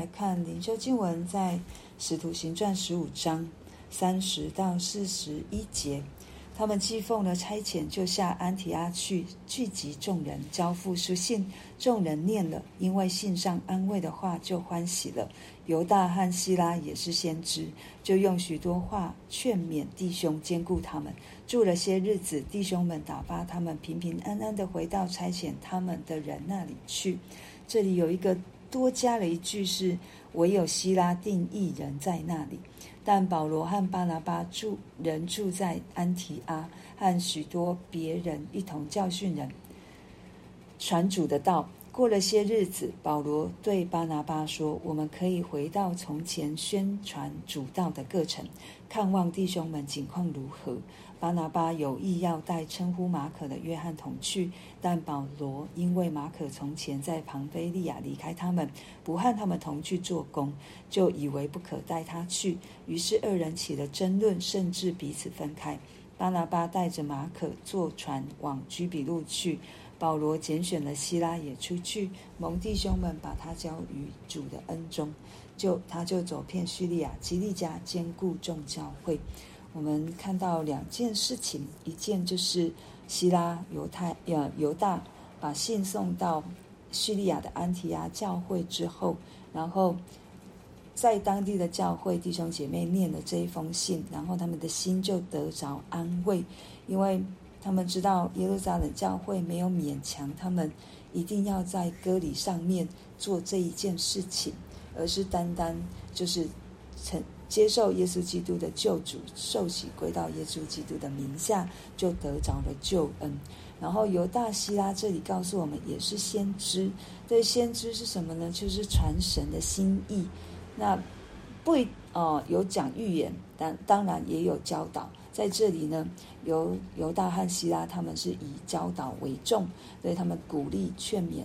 看灵修经文，在使徒行传15章30到41节。他们既奉了差遣，就下安提阿去，聚集众人，交付书信。众人念了，因为信上安慰的话，就欢喜了。犹大和希拉也是先知，就用许多话劝勉弟兄，坚固他们。住了些日子，弟兄们打发他们平平安安的回到差遣他们的人那里去。这里有一个多加了一句是，唯有希拉定义人在那里。但保罗和巴拿巴住在安提阿，和许多别人一同教训人，传主的道。过了些日子，保罗对巴拿巴说，我们可以回到从前宣传主道的各城，看望弟兄们景况如何。巴拿巴有意要带称呼马可的约翰同去，但保罗因为马可从前在庞菲利亚离开他们，不和他们同去做工，就以为不可带他去，于是二人起了争论，甚至彼此分开。巴拿巴带着马可坐船往居比路去，保罗拣选了希拉也出去，蒙弟兄们把他交于主的恩中，他就走遍叙利亚、基利家，兼顾众教会。我们看到两件事情，一件就是希拉犹大把信送到叙利亚的安提阿教会之后，然后在当地的教会弟兄姐妹念了这一封信，然后他们的心就得着安慰，因为他们知道耶路撒冷教会没有勉强他们一定要在割礼上面做这一件事情，而是单单就是接受耶稣基督的救主，受洗归到耶稣基督的名下，就得着了救恩。然后犹大希拉这里告诉我们，也是先知。对，先知是什么呢？就是传神的心意。那有讲预言，但当然也有教导。在这里呢，犹大和希拉他们是以教导为重，所以他们鼓励劝勉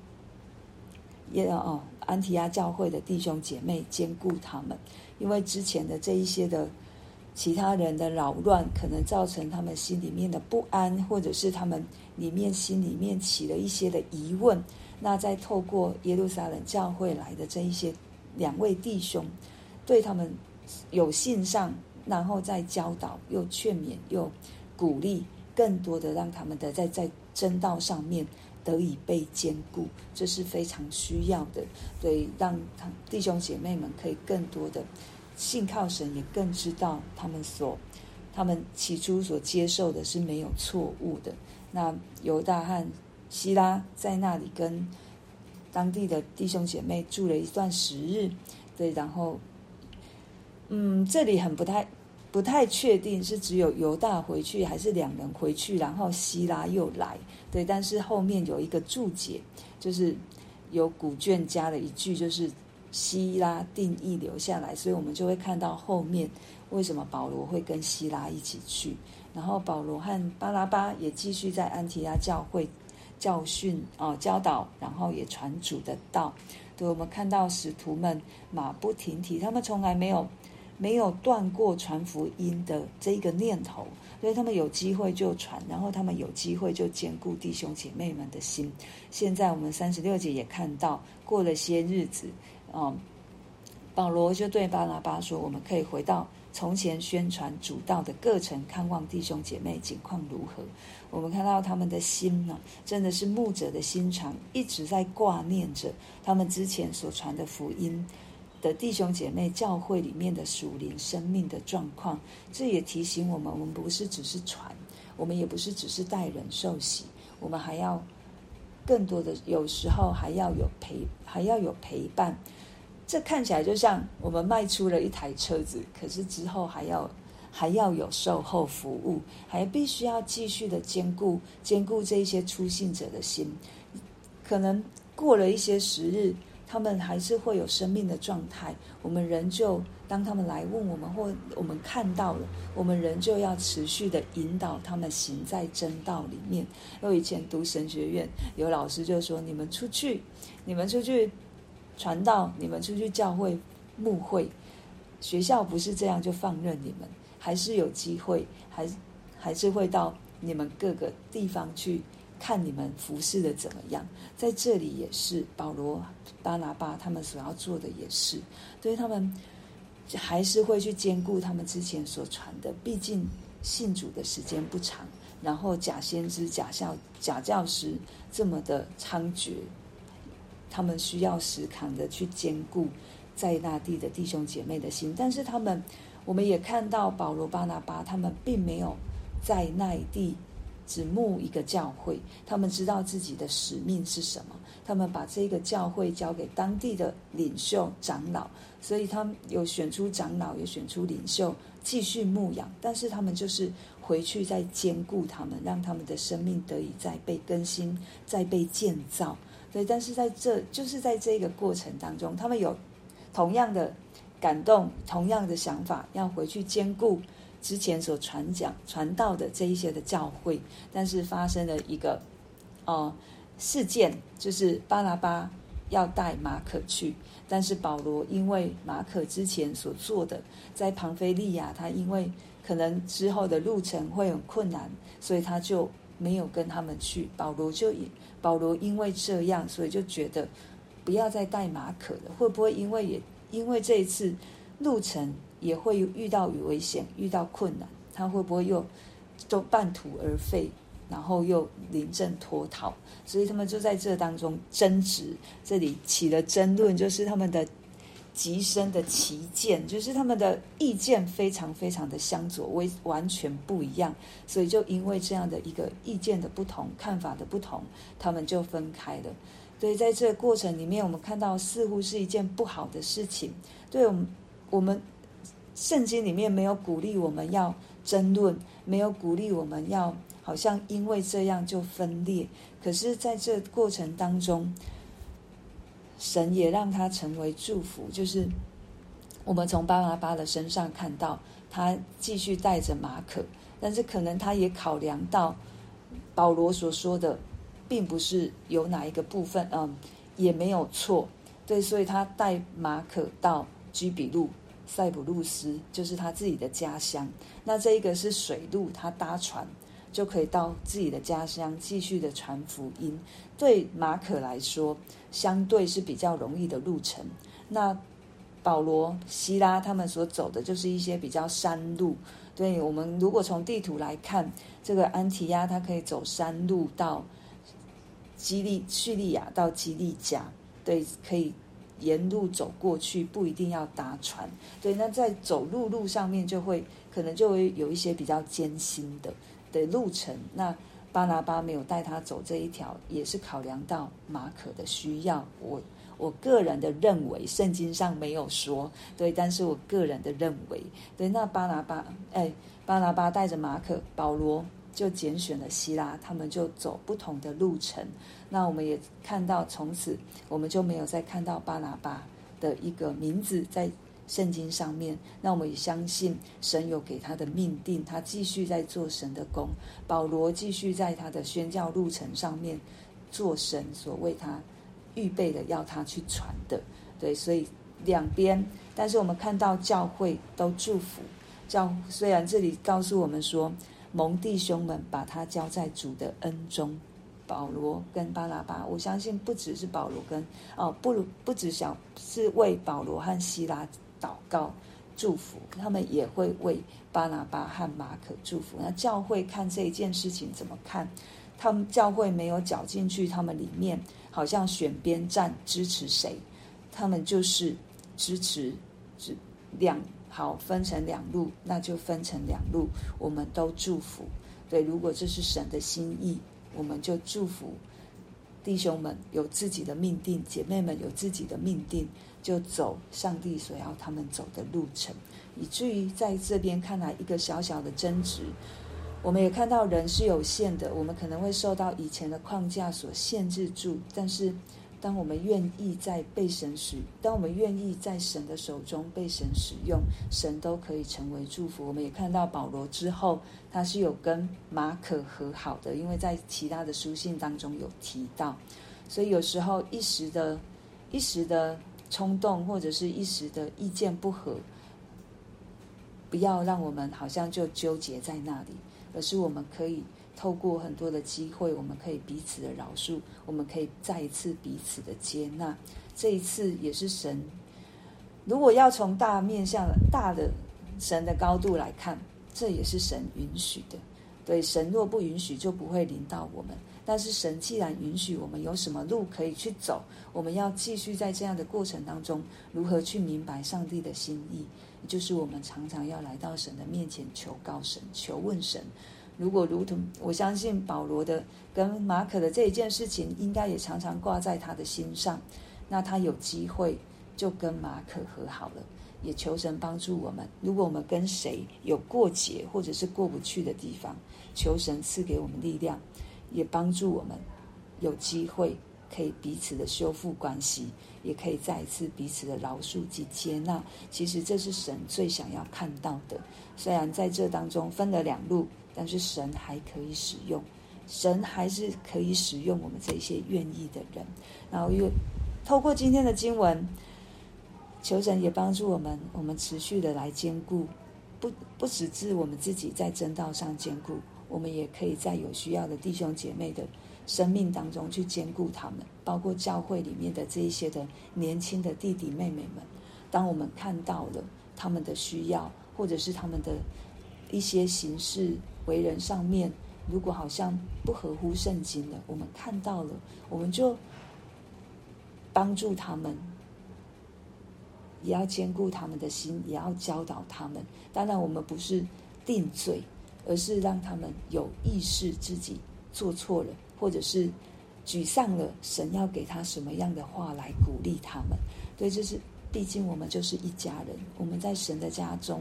安提阿教会的弟兄姐妹，兼顾他们。因为之前的这一些的其他人的扰乱，可能造成他们心里面的不安，或者是他们心里面起了一些的疑问。那再透过耶路撒冷教会来的这一些两位弟兄，对他们有信上，然后再教导，又劝勉，又鼓励，更多的让他们的在真道上面得以被坚固，这是非常需要的。对，让弟兄姐妹们可以更多的信靠神，也更知道他们起初所接受的是没有错误的。那犹大和希拉在那里跟当地的弟兄姐妹住了一段时日，对，然后这里很不太确定是只有犹大回去，还是两人回去，然后希拉又来。对，但是后面有一个注解，就是有古卷加了一句，就是希拉定义留下来，所以我们就会看到后面为什么保罗会跟希拉一起去。然后保罗和巴拿巴也继续在安提阿教会教导，然后也传主的道。对，我们看到使徒们马不停蹄，他们从来没有断过传福音的这个念头，所以他们有机会就传，然后他们有机会就兼顾弟兄姐妹们的心。现在我们36节也看到，过了些日子，保罗就对巴拿巴说，我们可以回到从前宣传主道的各城，看望弟兄姐妹景况如何。我们看到他们的心呢，真的是牧者的心肠，一直在挂念着他们之前所传的福音的弟兄姐妹教会里面的属灵生命的状况。这也提醒我们不是只是传，我们也不是只是带人受洗，我们还要更多的，有时候还要有陪伴。这看起来就像我们卖出了一台车子，可是之后还要有售后服务，还必须要继续的兼顾这一些初信者的心。可能过了一些时日，他们还是会有生命的状态，我们仍旧当他们来问我们，或我们看到了，我们仍旧要持续的引导他们行在真道里面。因为以前读神学院，有老师就说，你们出去传道，你们出去教会牧会，学校不是这样就放任你们，还是有机会，还是会到你们各个地方去看你们服侍的怎么样。在这里也是保罗、巴拿巴他们所要做的也是，对，他们还是会去兼顾他们之前所传的，毕竟信主的时间不长，然后假先知、假教师这么的猖獗，他们需要时常的去兼顾在那地的弟兄姐妹的心。但是我们也看到保罗、巴拿巴他们并没有在那地只牧一个教会，他们知道自己的使命是什么，他们把这个教会交给当地的领袖长老，所以他们有选出长老，也选出领袖继续牧养，但是他们就是回去再兼顾他们，让他们的生命得以再被更新，再被建造。对，但是在这个过程当中，他们有同样的感动，同样的想法，要回去兼顾之前所传道的这一些的教会。但是发生了一个事件，就是巴拿巴要带马可去，但是保罗因为马可之前所做的，在庞菲利亚，他因为可能之后的路程会很困难，所以他就没有跟他们去。保罗因为这样，所以就觉得不要再带马可了。会不会因为这一次路程也会遇到危险，遇到困难，他会不会又都半途而废，然后又临阵脱逃？所以他们就在这当中争执，这里起了争论，就是他们的极深的歧见，就是他们的意见非常非常的相左，完全不一样。所以就因为这样的一个意见的不同，看法的不同，他们就分开了。对，在这个过程里面，我们看到似乎是一件不好的事情。对，我们圣经里面没有鼓励我们要争论，没有鼓励我们要好像因为这样就分裂。可是在这过程当中，神也让他成为祝福，就是我们从巴拿巴的身上看到他继续带着马可，但是可能他也考量到保罗所说的并不是有哪一个部分也没有错。对，所以他带马可到居比路、塞浦路斯，就是他自己的家乡。那这一个是水路，他搭船就可以到自己的家乡继续的传福音。对马可来说，相对是比较容易的路程。那保罗、希拉他们所走的就是一些比较山路。对，我们如果从地图来看，这个安提亚它可以走山路到叙利亚到基利家，对，可以沿路走过去，不一定要搭船。对，那在走路上面可能就会有一些比较艰辛的路程。那巴拿巴没有带他走这一条，也是考量到马可的需要。我个人的认为，圣经上没有说，对，但是我个人的认为，对，那巴拿巴带着马可，保罗就拣选了希拉，他们就走不同的路程。那我们也看到，从此我们就没有再看到巴拿巴的一个名字在圣经上面。那我们也相信神有给他的命定，他继续在做神的工。保罗继续在他的宣教路程上面做神所为他预备的，要他去传的。对，所以两边，但是我们看到教会都祝福。虽然这里告诉我们说，蒙弟兄们把他交在主的恩中。保罗跟巴拿巴，我相信不只是保罗跟不只是为保罗和希拉祷告祝福，他们也会为巴拿巴和马可祝福。那教会看这一件事情怎么看？他们教会没有搅进去，他们里面好像选边站支持谁，他们就是支持分成两路，那就分成两路，我们都祝福。对，如果这是神的心意，我们就祝福弟兄们有自己的命定，姐妹们有自己的命定，就走上帝所要他们走的路程。以至于在这边看来一个小小的争执，我们也看到人是有限的，我们可能会受到以前的框架所限制住，但是当我们愿意当我们愿意在神的手中被神使用，神都可以成为祝福。我们也看到保罗之后，他是有跟马可和好的，因为在其他的书信当中有提到。所以有时候一时的冲动，或者是一时的意见不合，不要让我们好像就纠结在那里，而是我们可以透过很多的机会，我们可以彼此的饶恕，我们可以再一次彼此的接纳。这一次也是神，如果要从大面向大的神的高度来看，这也是神允许的。对，神若不允许就不会临到我们，但是神既然允许我们有什么路可以去走，我们要继续在这样的过程当中如何去明白上帝的心意，就是我们常常要来到神的面前求告神，求问神。如果如同我相信保罗的跟马可的这一件事情，应该也常常挂在他的心上，那他有机会就跟马可和好了。也求神帮助我们，如果我们跟谁有过节或者是过不去的地方，求神赐给我们力量，也帮助我们有机会可以彼此的修复关系，也可以再一次彼此的饶恕及接纳。其实这是神最想要看到的。虽然在这当中分了两路，但是神还可以使用，神还是可以使用我们这些愿意的人。然后又透过今天的经文，求神也帮助我们持续的来兼顾，不只是我们自己在真道上兼顾，我们也可以在有需要的弟兄姐妹的生命当中去兼顾他们，包括教会里面的这一些的年轻的弟弟妹妹们。当我们看到了他们的需要，或者是他们的一些行事为人上面如果好像不合乎圣经了，我们看到了，我们就帮助他们，也要兼顾他们的心，也要教导他们。当然我们不是定罪，而是让他们有意识自己做错了，或者是沮丧了，神要给他什么样的话来鼓励他们。对，这是毕竟我们就是一家人，我们在神的家中，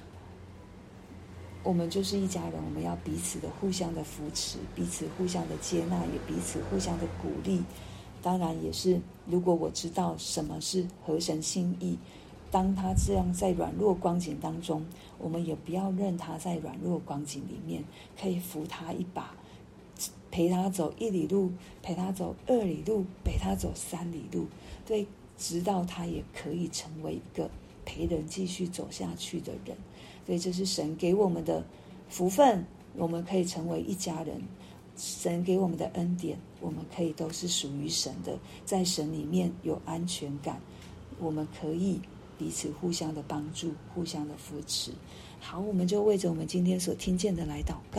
我们就是一家人，我们要彼此的互相的扶持，彼此互相的接纳，也彼此互相的鼓励。当然也是，如果我知道什么是合神心意，当他这样在软弱光景当中，我们也不要任他在软弱光景里面，可以扶他一把，陪他走1里路，陪他走2里路，陪他走3里路，对，直到他也可以成为一个陪人继续走下去的人。所以这是神给我们的福分，我们可以成为一家人。神给我们的恩典，我们可以都是属于神的，在神里面有安全感，我们可以彼此互相的帮助，互相的扶持。好，我们就为着我们今天所听见的来祷告。